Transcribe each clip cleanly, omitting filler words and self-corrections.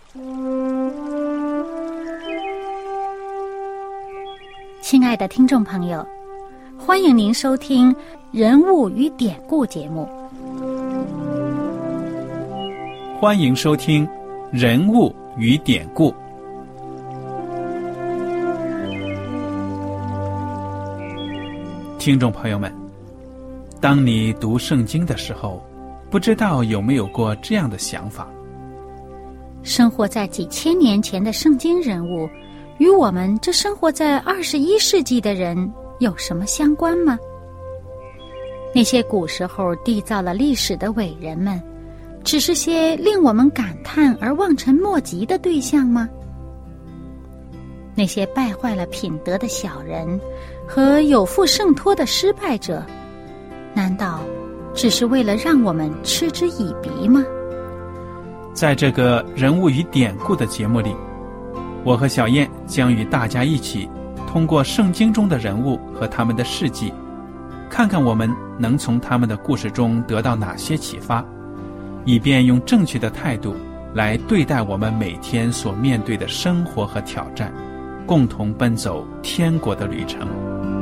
亲爱的听众朋友，欢迎您收听《人物与典故》节目。 欢迎收听《人物与典故》。听众朋友们，当你读圣经的时候，不知道有没有过这样的想法？ 生活在几千年前的圣经人物，与我们这生活在21世纪的人有什么相关吗？那些古时候缔造了历史的伟人们，只是些令我们感叹而望尘莫及的对象吗？那些败坏了品德的小人和有负圣托的失败者，难道只是为了让我们嗤之以鼻吗？ 在这个人物与典故的节目里，我和小燕将与大家一起通过圣经中的人物和他们的事迹，看看我们能从他们的故事中得到哪些启发，以便用正确的态度来对待我们每天所面对的生活和挑战，共同奔走天国的旅程。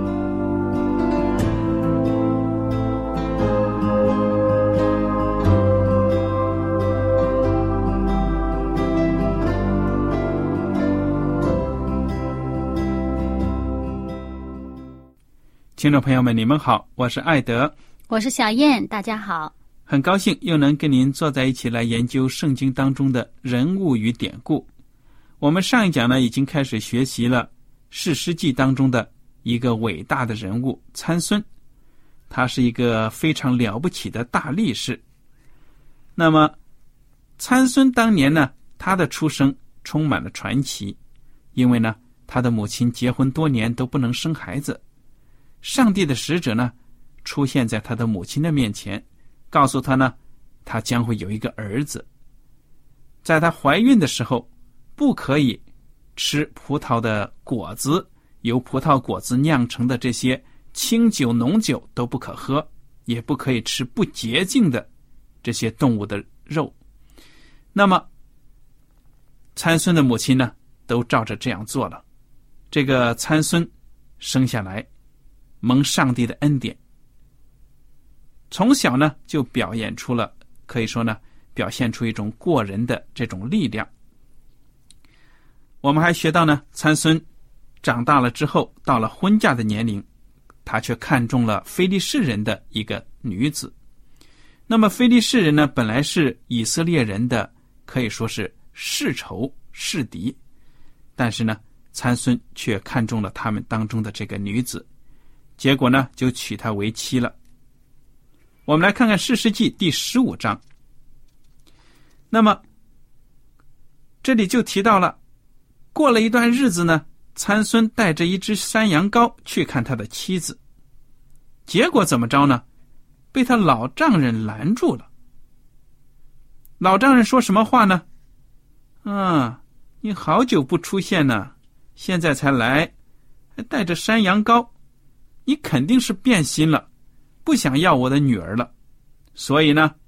听众朋友们，你们好，我是艾德， 我是小燕，大家好。 很高兴又能跟您坐在一起来研究圣经当中的人物与典故。我们上一讲呢，已经开始学习了士师记当中的一个伟大的人物参孙，他是一个非常了不起的大力士。那么参孙当年呢，他的出生充满了传奇，因为呢，他的母亲结婚多年都不能生孩子。上帝的使者呢，出现在他的母亲的面前，告诉他呢，他将会有一个儿子。在他怀孕的时候，不可以吃葡萄的果子，由葡萄果子酿成的这些清酒浓酒都不可喝，也不可以吃不洁净的这些动物的肉。那么参孙的母亲呢，都照着这样做了。这个参孙生下来蒙上帝的恩典，从小呢就表现出了，可以说呢，表现出一种过人的这种力量。我们还学到呢，参孙长大了之后，到了婚嫁的年龄，他却看中了非利士人的一个女子。那么非利士人呢，本来是以色列人的可以说是世仇世敌，但是呢，参孙却看中了他们当中的这个女子，结果呢，就娶她为妻了。我们来看看士师记第15章。那么这里就提到了，过了一段日子呢，参孙带着一只山羊羔去看他的妻子，结果怎么着呢？被他老丈人拦住了。老丈人说什么话呢？你好久不出现呢，现在才来，还带着山羊羔，你肯定是变心了，不想要我的女儿了，所以呢，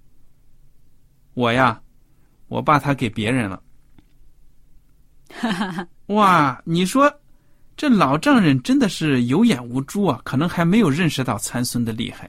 我把她给别人了。哇，你说这老丈人真的是有眼无珠啊，可能还没有认识到参孙的厉害。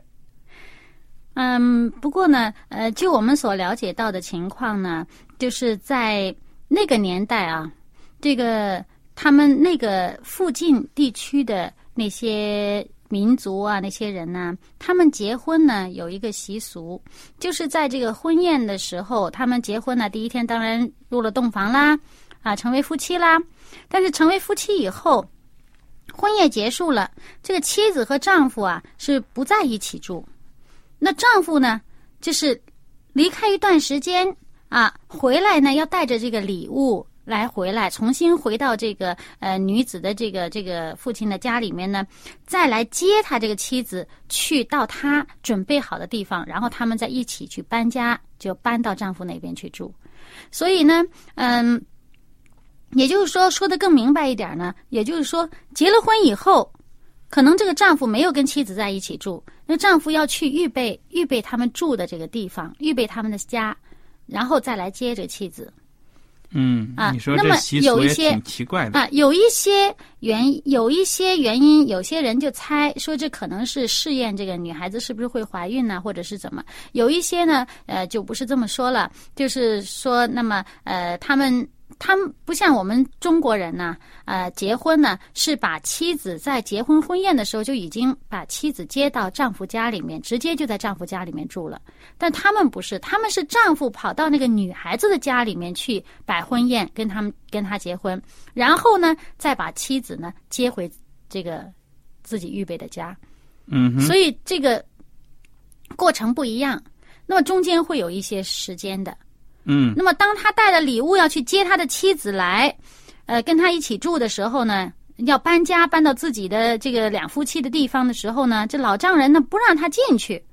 不过呢，就我们所了解到的情况呢，就是在那个年代啊，这个他们那个附近地区的那些民族啊，那些人呢，他们结婚呢有一个习俗，就是在这个婚宴的时候，他们结婚呢第一天当然入了洞房啦，成为夫妻啦。但是成为夫妻以后，婚宴结束了，这个妻子和丈夫啊是不在一起住。那丈夫呢，就是离开一段时间回来呢，要带着这个礼物来回来，重新回到这个女子的这个父亲的家里面呢，再来接他这个妻子去到他准备好的地方，然后他们再一起去搬家，就搬到丈夫那边去住。所以呢，也就是说，说得更明白一点呢，也就是说，结了婚以后，可能这个丈夫没有跟妻子在一起住，那丈夫要去预备他们住的这个地方，预备他们的家，然后再来接着妻子。 你说这习俗也挺奇怪的有一些原因，有些人就猜说这可能是试验这个女孩子是不是会怀孕呢，或者是怎么。有一些呢，就不是这么说了，就是说，那么他们不像我们中国人呢，结婚呢是把妻子在结婚婚宴的时候就已经把妻子接到丈夫家里面，直接就在丈夫家里面住了。但他们不是，他们是丈夫跑到那个女孩子的家里面去摆婚宴，跟她结婚，然后呢再把妻子呢接回这个自己预备的家。所以这个过程不一样，那么中间会有一些时间的。那么当他带了礼物要去接他的妻子来，跟他一起住的时候呢，要搬家搬到自己的这个两夫妻的地方的时候呢，这老丈人呢不让他进去。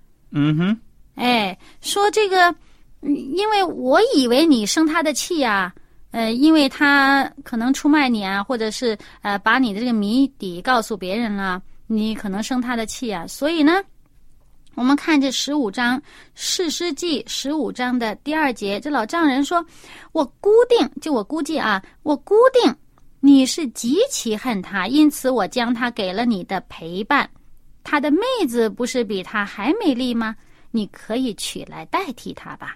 说这个，因为我以为你生他的气啊，因为他可能出卖你啊，或者是把你的这个谜底告诉别人了，你可能生他的气啊，所以呢。我们看这15章士师记15章的第2节，这老丈人说，我估计你是极其恨他，因此我将他给了你的陪伴。他的妹子不是比他还美丽吗？你可以娶来代替他吧。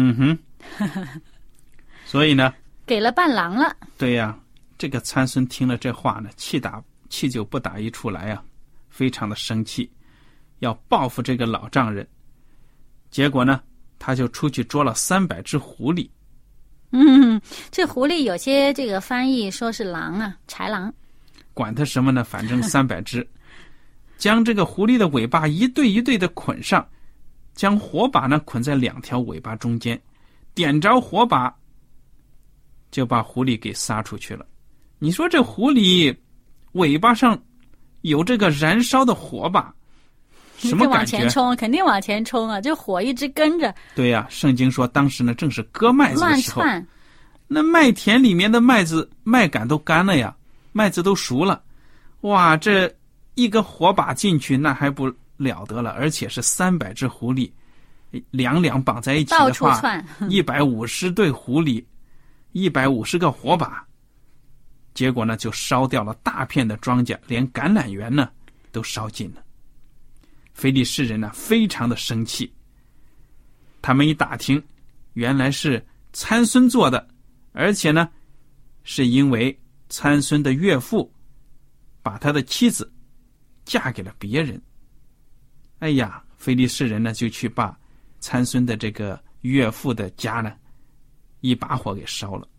所以呢， 给了伴郎了。对呀，这个参孙听了这话呢，气就不打一处来啊，非常的生气。要报复这个老丈人，结果呢，他就出去捉了300只狐狸。 这狐狸有些这个翻译说是狼啊，豺狼。 管它什么呢，反正300只，将这个狐狸的尾巴一对一对的捆上，将火把呢捆在2条尾巴中间，点着火把，就把狐狸给撒出去了。你说这狐狸尾巴上有这个燃烧的火把。什么感觉？ 往前冲，肯定往前冲啊！这火一直跟着。 对呀，圣经说当时呢正是割麦子的时候， 乱窜。 那麦田里面的麦秆都干了呀，麦子都熟了。哇，这一个火把进去那还不了得了，而且是300只狐狸，两绑在一起的话， 到处窜 150对狐狸，150个火把，结果呢就烧掉了大片的庄稼，连橄榄园呢都烧尽了。非利士人呢非常的生气，他们一打听，原来是参孙做的，而且呢是因为参孙的岳父把他的妻子嫁给了别人。哎呀，非利士人呢就去把参孙的这个岳父的家呢一把火给烧了。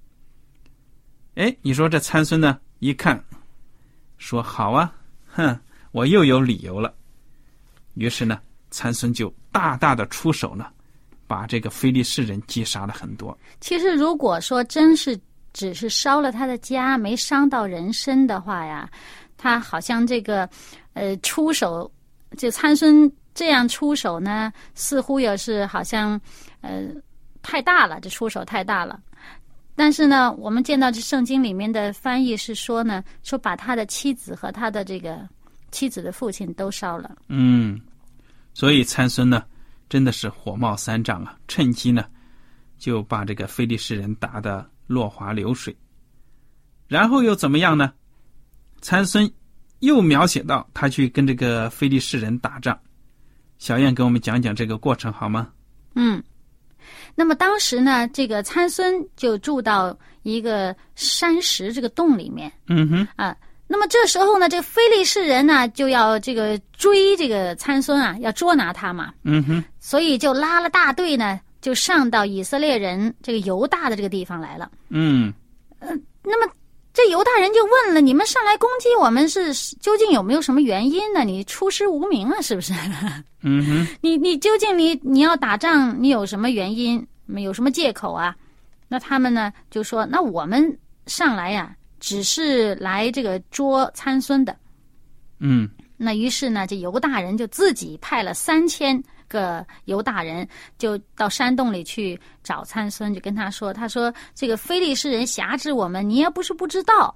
你说这参孙呢一看说好啊，我又有理由了。于是呢，参孙就大大的出手呢，把这个非利士人击杀了很多。 其实如果说真是只是烧了他的家，没伤到人身的话呀，他好像这个出手，就参孙这样出手呢，似乎也是好像太大了，这出手太大了。但是呢，我们见到这圣经里面的翻译是说呢，说把他的妻子和他的这个妻子的父亲都烧了。 所以参孙呢真的是火冒三丈啊，趁机呢就把这个非利士人打得落花流水。然后又怎么样呢？参孙又描写到他去跟这个非利士人打仗。小燕给我们讲讲这个过程好吗？ 那么当时呢，这个参孙就住到一个山石这个洞里面。那么这时候呢，这个非利士人呢就要这个追这个参孙啊，要捉拿他嘛。所以就拉了大队呢，就上到以色列人这个犹大的这个地方来了。那么这犹大人就问了，你们上来攻击我们是究竟有没有什么原因呢？你出师无名啊，是不是？你究竟你要打仗，你有什么原因？有什么借口啊？那他们呢就说，那我们上来呀，只是来这个捉参孙的。那于是呢，这犹大人就自己派了3000个犹大人，就到山洞里去找参孙，就跟他说这个非利士人辖制我们，你也不是不知道，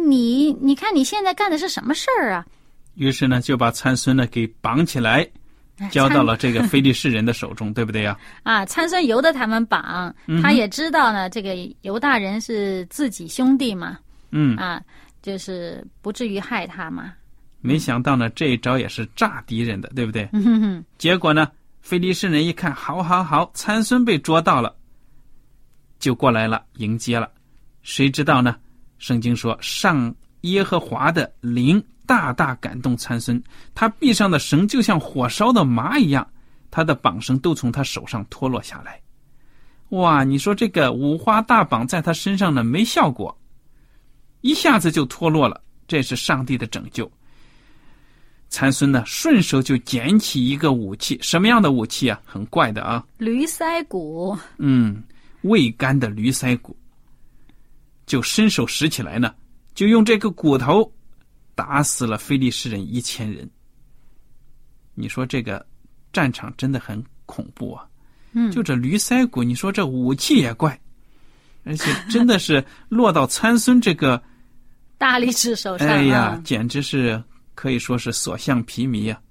你看你现在干的是什么事儿啊？ 于是呢，就把参孙呢给绑起来， 交到了这个非利士人的手中，对不对呀？ 参孙由得他们绑，他也知道呢，这个犹大人是自己兄弟嘛，就是不至于害他嘛。 没想到呢，这一招也是诈敌人的，对不对？结果呢，非利士人一看，好，参孙被捉到了，就过来了，迎接了。谁知道呢？圣经说，上耶和华的灵大大感动参孙，他臂上的绳就像火烧的麻一样，他的绑绳都从他手上脱落下来。哇，你说这个五花大绑在他身上呢没效果，一下子就脱落了，这是上帝的拯救。参孙呢顺手就捡起一个武器，什么样的武器啊？很怪的啊， 驴腮骨。 未干的驴腮骨，就伸手拾起来呢，就用这个骨头打死了非利士人1000人。你说这个战场真的很恐怖啊！就这驴腮骨，你说这武器也怪，而且真的是落到参孙这个大力士手上。 哎呀，简直是可以说是所向披靡啊！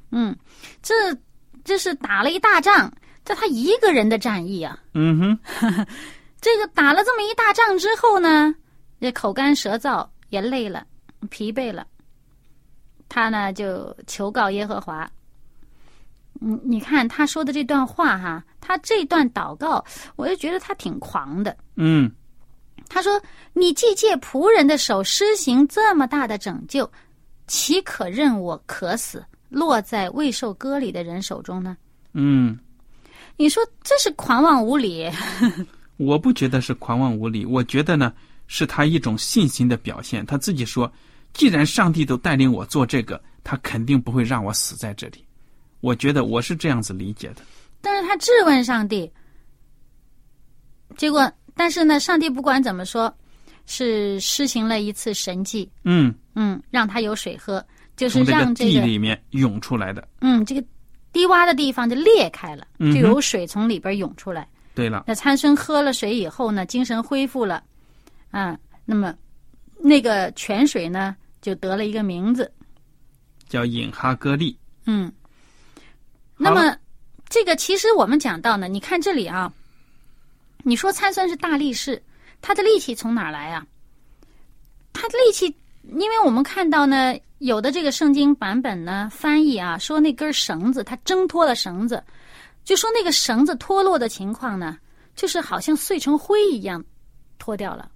这是打了一大仗，这他一个人的战役啊。这个打了这么一大仗之后呢，这口干舌燥，也累了，疲惫了，他呢就求告耶和华。你看他说的这段话哈，他这段祷告，我就觉得他挺狂的。他说：“你既借仆人的手施行这么大的拯救，岂可任我渴死，落在未受割礼的人手中呢？”你说这是狂妄无礼。 我不觉得是狂妄无礼，我觉得呢是他一种信心的表现。他自己说，既然上帝都带领我做这个，他肯定不会让我死在这里。我觉得我是这样子理解的。 但是他质问上帝，结果但是呢，上帝不管怎么说，是施行了一次神迹。让他有水喝，就是让这个地里面涌出来的。 这个低洼的地方就裂开了，就有水从里边涌出来。 对了， 那参孙喝了水以后呢，精神恢复了，那么那个泉水呢，就得了一个名字， 叫隐哈歌利。 那么这个其实我们讲到呢，你看这里啊，你说参孙是大力士，他的力气从哪儿来啊？他的力气，因为我们看到呢，有的这个圣经版本呢翻译啊，说那根绳子他挣脱了绳子，就说那个绳子脱落的情况呢，就是好像碎成灰一样脱掉了。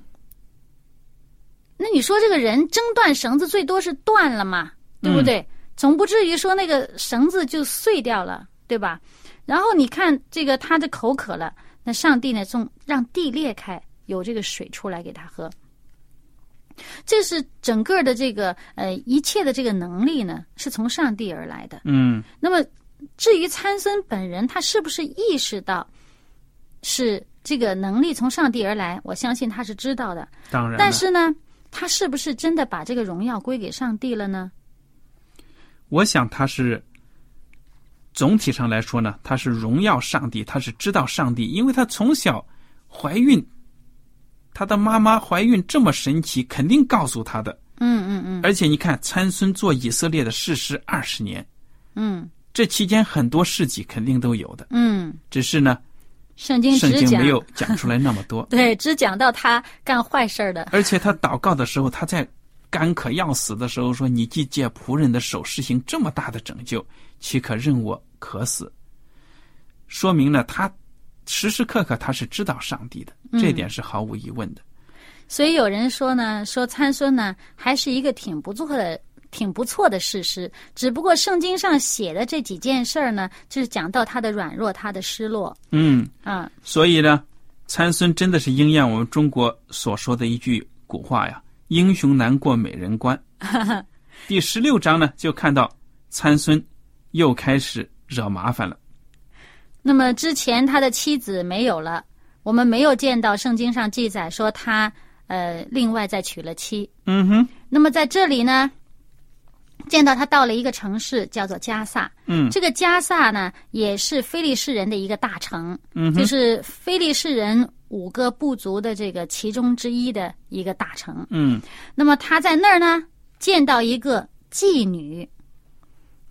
那你说这个人挣断绳子最多是断了嘛，对不对？总不至于说那个绳子就碎掉了，对吧？然后你看这个他的口渴了，那上帝呢让地裂开，有这个水出来给他喝。这是整个的这个一切的这个能力呢，是从上帝而来的。那么至于参孙本人，他是不是意识到是这个能力从上帝而来？我相信他是知道的。 当然， 但是呢，他是不是真的把这个荣耀归给上帝了呢？ 我想他是总体上来说呢，他是荣耀上帝，他是知道上帝，因为他从小怀孕，他的妈妈怀孕这么神奇，肯定告诉他的。而且你看，参孙做以色列的士师20年，这期间很多事迹肯定都有的。只是呢， 圣经没有讲出来那么多。 对，只讲到他干坏事的。 而且他祷告的时候，他在干渴要死的时候说：“你既借仆人的手施行这么大的拯救，岂可任我渴死？”说明了他时时刻刻他是知道上帝的，这点是毫无疑问的。 所以有人说呢，说参孙呢还是一个挺不错的士师，只不过圣经上写的这几件事儿呢，就是讲到他的软弱，他的失落。 所以呢，参孙真的是应验我们中国所说的一句古话呀：“英雄难过美人关。”第16章呢，就看到参孙又开始惹麻烦了。 那么之前他的妻子没有了，我们没有见到圣经上记载说他另外再娶了妻。那么在这里呢，见到他到了一个城市叫做加萨。这个加萨呢也是非利士人的一个大城，就是非利士人5个部族的这个其中之一的一个大城。那么他在那儿呢见到一个妓女，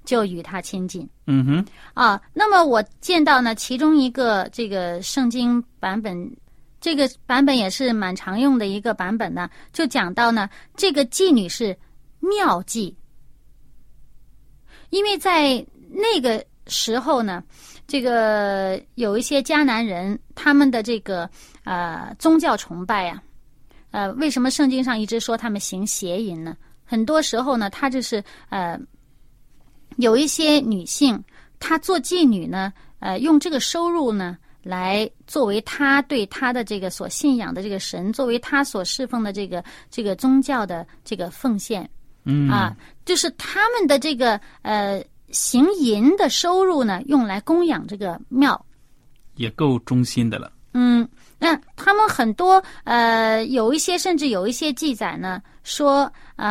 就与他亲近。 嗯哼， 那么我见到呢，其中一个这个圣经版本，这个版本也是蛮常用的一个版本呢，就讲到呢，这个妓女是妙妓，因为在那个时候呢，这个有一些迦南人，他们的这个宗教崇拜啊，为什么圣经上一直说他们行邪淫呢？很多时候呢，他就是有一些女性，她做妓女呢，用这个收入呢，来作为她对她的这个所信仰的这个神，作为她所侍奉的这个宗教的这个奉献。就是他们的这个行淫的收入呢，用来供养这个庙， 也够忠心的了。 那他们很多有一些甚至有一些记载呢，说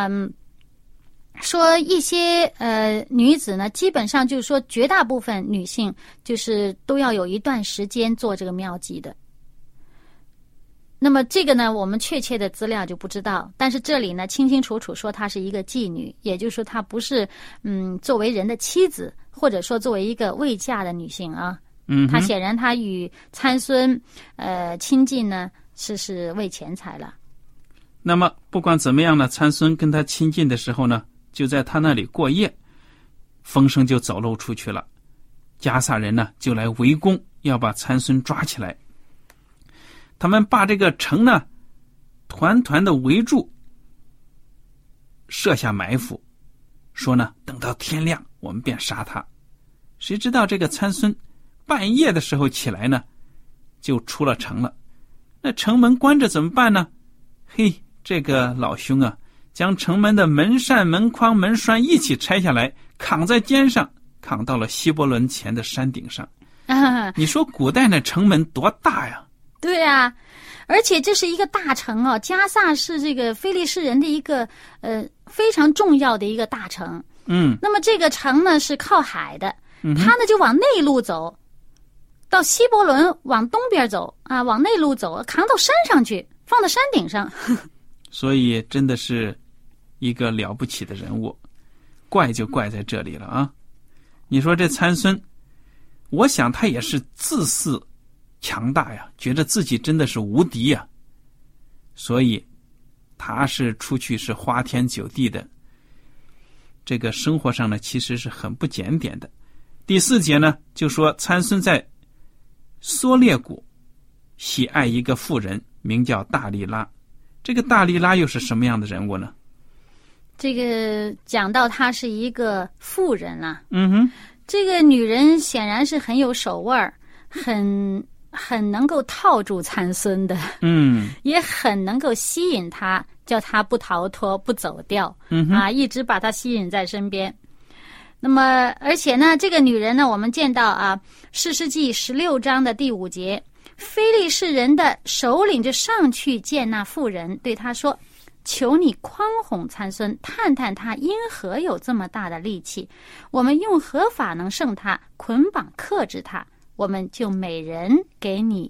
一些女子呢，基本上就是说绝大部分女性就是都要有一段时间做这个庙妓的。那么这个呢，我们确切的资料就不知道，但是这里呢清清楚楚说她是一个妓女，也就是说她不是作为人的妻子，或者说作为一个未嫁的女性啊。她显然她与参孙亲近呢是为钱财了。 那么不管怎么样呢，参孙跟他亲近的时候呢，就在他那里过夜，风声就走漏出去了，迦萨人呢就来围攻，要把参孙抓起来。他们把这个城呢团团的围住，设下埋伏，说呢等到天亮我们便杀他。谁知道这个参孙半夜的时候起来呢，就出了城了。那城门关着怎么办呢？嘿，这个老兄啊，将城门的门扇、门框、门栓一起拆下来，扛在肩上，扛到了希伯伦前的山顶上。你说古代那城门多大呀？ 对啊，而且这是一个大城哦，迦萨是这个非利士人的一个非常重要的一个大城。那么这个城呢是靠海的，他呢就往内陆走，到希伯伦往东边走啊，往内陆走，扛到山上去，放到山顶上。 所以真的是一个了不起的人物，怪就怪在这里了啊！你说这参孙，我想他也是自恃强大呀，觉得自己真的是无敌呀，所以他是出去是花天酒地的，这个生活上呢其实是很不检点的。第4节呢就说参孙在梭列谷喜爱一个妇人，名叫大利拉。这个大利拉又是什么样的人物呢？ 这个讲到她是一个妇人啊，这个女人显然是很有手腕，很能够套住参孙的，也很能够吸引他，叫他不逃脱、不走掉，一直把他吸引在身边。那么，而且呢，这个女人呢，我们见到啊，士师记16章的第5节，非利士人的首领就上去见那妇人，对他说：“求你宽宏参孙，探探他因何有这么大的力气，我们用何法能胜他，捆绑克制他？我们就每人给你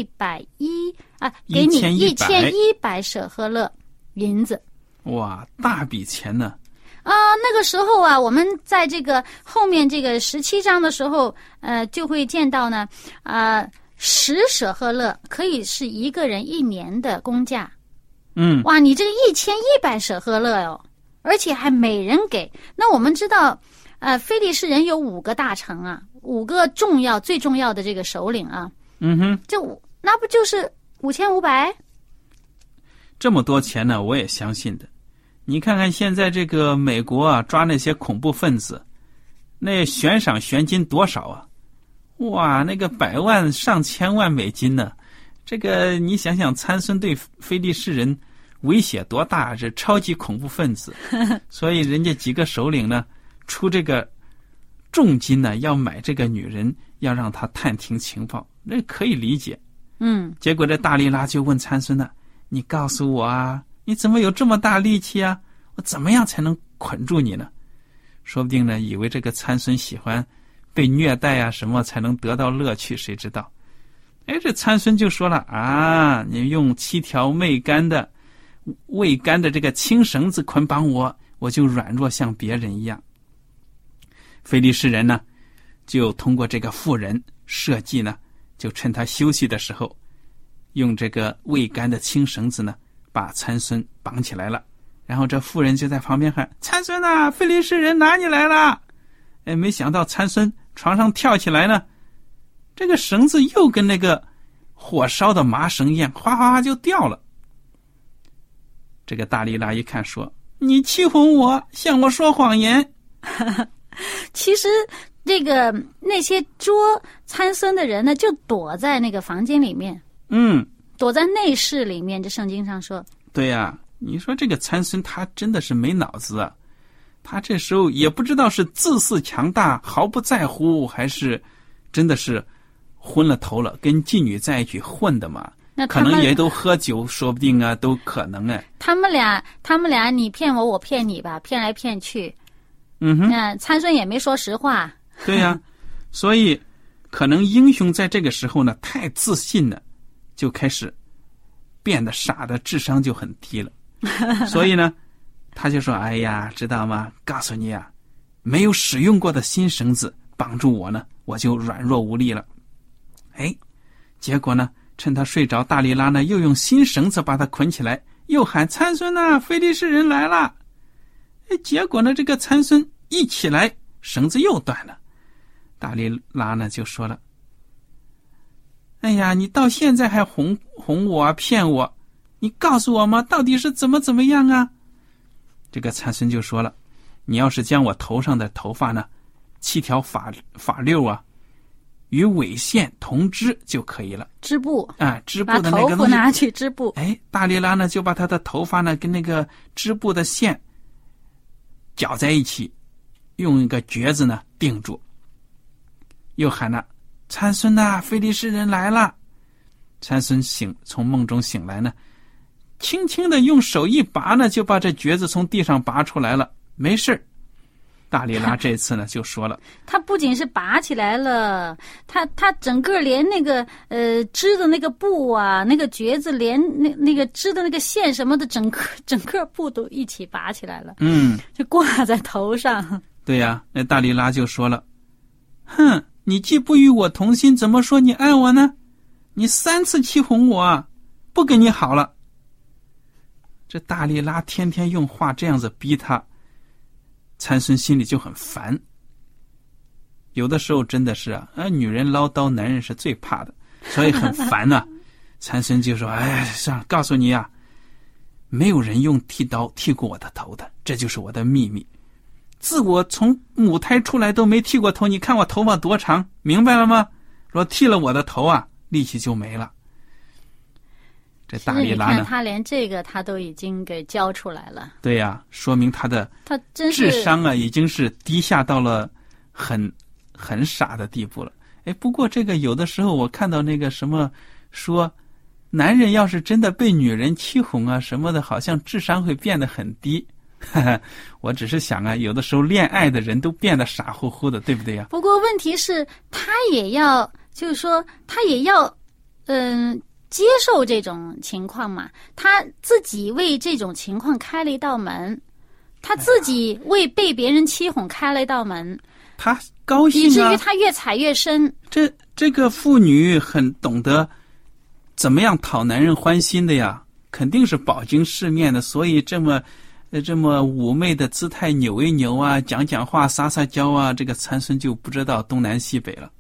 给你1100舍赫勒银子。” 哇，大笔钱呢！ 那个时候啊，我们在这个后面这个17章的时候，就会见到呢，10舍赫勒可以是一个人1年的工价。哇，你这个1100舍赫勒哟，而且还每人给。那我们知道，非利士人有5个大城啊，5个最重要的这个首领啊。那不就是5500？ 这么多钱呢，我也相信的。你看看现在这个美国啊，抓那些恐怖分子，那悬赏悬金多少啊？哇，那个100万上千万美金呢。这个你想想，参孙对非利士人威胁多大，这超级恐怖分子。所以人家几个首领呢，出这个重金呢，要买这个女人，要让她探听情报，那可以理解。结果这大利拉就问参孙呢：“你告诉我啊，你怎么有这么大力气啊？我怎么样才能捆住你呢？”说不定呢，以为这个参孙喜欢被虐待啊，什么才能得到乐趣，谁知道？这参孙就说了啊，你用7条未干的这个青绳子捆绑我，我就软弱像别人一样。 非利士人呢，就通过这个妇人设计呢，就趁他休息的时候，用这个未干的青绳子呢，把参孙绑起来了。然后这妇人就在旁边喊：参孙啊，非利士人拿你来了！没想到参孙床上跳起来呢，这个绳子又跟那个火烧的麻绳一样，哗哗哗就掉了。这个大利拉一看说：你欺哄我，向我说谎言。 其实那些捉参孙的人呢，就躲在那个房间里面，躲在内室里面。这圣经上说， 对呀，你说这个参孙他真的是没脑子啊！他这时候也不知道是自恃强大毫不在乎，还是真的是昏了头了，跟妓女在一起混的嘛。 那可能也都喝酒，说不定啊，都可能哎。 他们俩，你骗我，我骗你吧，骗来骗去。那参孙也没说实话。 对呀，所以可能英雄在这个时候呢，太自信了，就开始变得傻的智商就很低了。所以呢，他就说：哎呀，知道吗？告诉你啊，没有使用过的新绳子绑住我呢，我就软弱无力了。结果呢，趁他睡着，大利拉呢又用新绳子把他捆起来，又喊：参孙啊，非利士人来了！结果呢，这个参孙一起来，绳子又断了。大利拉呢就说了：哎呀，你到现在还哄我啊，骗我，你告诉我嘛，到底是怎么样啊？这个参孙就说了：你要是将我头上的头发呢7条发溜啊，与尾线同织就可以了。 织布啊，织布的那个东西， 把头发拿去织布。 大利拉呢就把他的头发呢跟那个织布的线绞在一起，用一个橛子呢定住，又喊了：参孙啊，非利士人来了！参孙从梦中醒来呢，轻轻的用手一拔呢，就把这橛子从地上拔出来了，没事。大利拉这次呢就说了， 他不仅是拔起来了，他整个连那个织的那个布啊，那个橛子，连那个织的那个线什么的，整个布都一起拔起来了，就挂在头上。 对呀，那大利拉就说了：哼，你既不与我同心，怎么说你爱我呢？你3次欺哄我，不跟你好了。这大利拉天天用话这样子逼他，参孙心里就很烦。有的时候真的是女人唠叨，男人是最怕的，所以很烦啊。参孙就说：算了，告诉你啊，没有人用剃刀剃过我的头的，这就是我的秘密。自我从母胎出来都没剃过头，你看我头发多长，明白了吗？若剃了我的头啊，力气就没了。这大利拉呢， 你看他连这个他都已经给教出来了。 对呀，说明他的智商啊，已经是低下到了很傻的地步了。不过这个有的时候我看到那个什么说，男人要是真的被女人欺哄啊什么的，好像智商会变得很低。我只是想啊，有的时候恋爱的人都变得傻乎乎的，对不对呀？ 不过问题是，他也要，就是说，他也要，接受这种情况嘛。他自己为这种情况开了一道门，他自己为被别人欺哄开了一道门， 他高兴啊， 以至于他越踩越深。 这个妇女很懂得怎么样讨男人欢心的呀，肯定是饱经世面的，所以这么妩媚的姿态扭一扭啊，讲话撒娇啊，这个参孙就不知道东南西北了。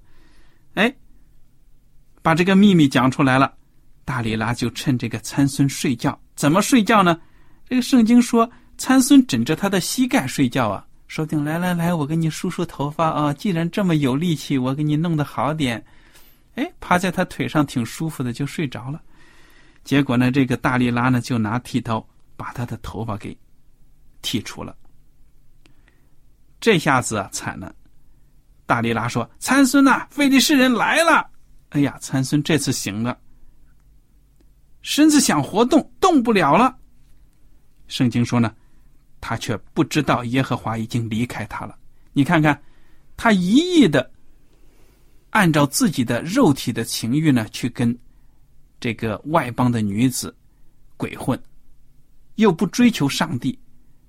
把这个秘密讲出来了，大利拉就趁这个参孙睡觉。怎么睡觉呢？这个圣经说参孙枕着他的膝盖睡觉啊，说不定来我给你梳头发啊，既然这么有力气，我给你弄得好点。趴在他腿上挺舒服的，就睡着了。结果呢，这个大利拉呢就拿剃刀把他的头发给剔除了。这下子啊惨了，大利拉说：参孙啊，非利士人来了！哎呀，参孙这次醒了，身子想活动，动不了了。圣经说呢，他却不知道耶和华已经离开他了。你看看，他一意的按照自己的肉体的情欲呢，去跟这个外邦的女子鬼混，又不追求上帝，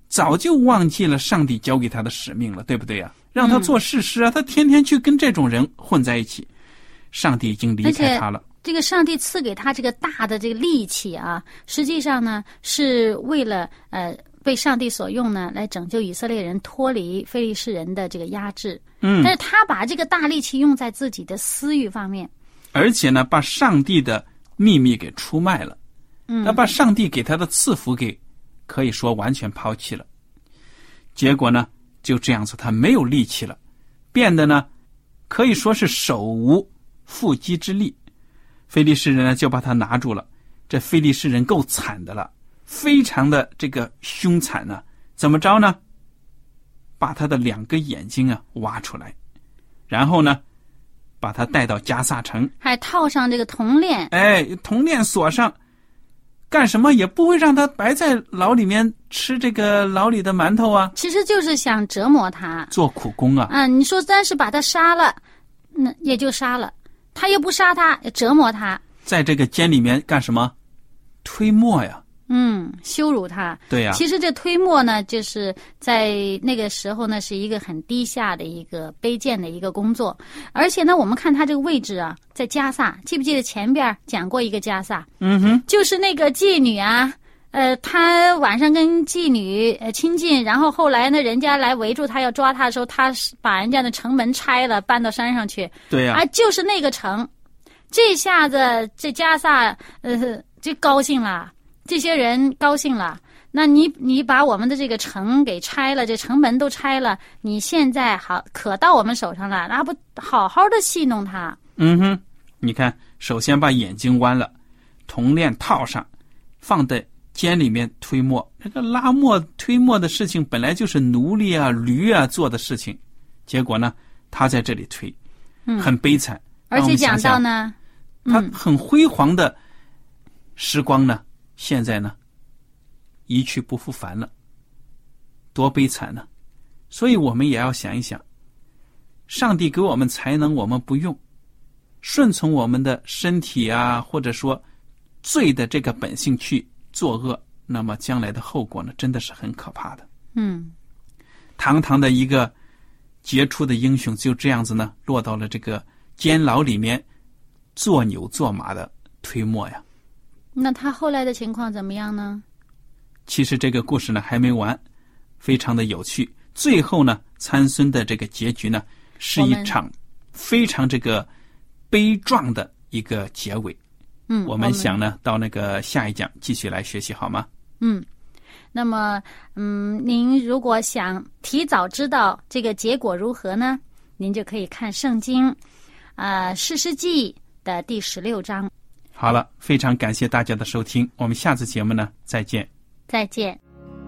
早就忘记了上帝交给他的使命了，对不对呀？让他做士师啊，他天天去跟这种人混在一起，上帝已经离开他了。 这个上帝赐给他这个大的这个力气啊，实际上呢是为了被上帝所用呢，来拯救以色列人脱离非利士人的这个压制。但是他把这个大力气用在自己的私欲方面，而且呢，把上帝的秘密给出卖了。他把上帝给他的赐福给可以说完全抛弃了。结果呢，就这样子，他没有力气了，变得呢，可以说是手无缚鸡之力。非利士人呢就把他拿住了。这非利士人够惨的了，非常的这个凶残呢。怎么着呢？把他的2个眼睛啊挖出来，然后呢把他带到加萨城， 还套上这个铜链， 铜链锁上，干什么也不会让他白在牢里面吃这个牢里的馒头啊。 其实就是想折磨他， 做苦工啊。 你说但是把他杀了，那也就杀了，他又不杀他，折磨他， 在这个监里面干什么？推磨呀。 羞辱他。 对呀。 其实这推磨呢，就是在那个时候呢，是一个很低下的一个卑贱的一个工作。而且呢，我们看他这个位置啊，在加萨，记不记得前边讲过一个加萨？就是那个妓女啊，他晚上跟妓女亲近，然后后来呢，人家来围住他要抓他的时候，他把人家的城门拆了，搬到山上去。 对呀。 就是那个城。这下子这加萨就高兴了。这些人高兴了，那你把我们的这个城给拆了，这城门都拆了，你现在好可到我们手上了，那不好好的戏弄他？ 你看，首先把眼睛剜了，铜链套上，放在监里面推磨。这个拉磨推磨的事情本来就是奴隶啊、驴啊做的事情，结果呢，他在这里推，很悲惨。 而且讲到呢， 他很辉煌的时光呢。现在呢，一去不复返了，多悲惨呢！所以我们也要想一想，上帝给我们才能，我们不用，顺从我们的身体啊，或者说罪的这个本性去作恶，那么将来的后果呢，真的是很可怕的。堂堂的一个杰出的英雄，就这样子呢，落到了这个监牢里面，做牛做马的推磨呀。 那他后来的情况怎么样呢？ 其实这个故事呢还没完，非常的有趣。最后呢，参孙的这个结局呢，是一场非常这个悲壮的一个结尾。我们想呢，到那个下一讲继续来学习好吗？ 那么您如果想提早知道这个结果如何呢，您就可以看圣经士师记的第16章。 好了，非常感谢大家的收听，我们下次节目呢再见。 再见。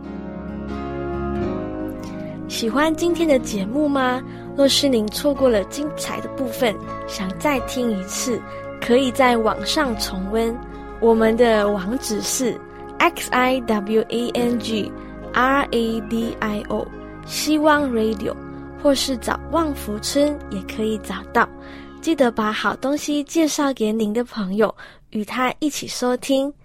喜欢今天的节目吗？若是您错过了精彩的部分，想再听一次，可以在网上重温。我们的网址是 xiwangradio 希望 radio， 或是找旺福村也可以找到。记得把好东西介绍给您的朋友，与他一起收听。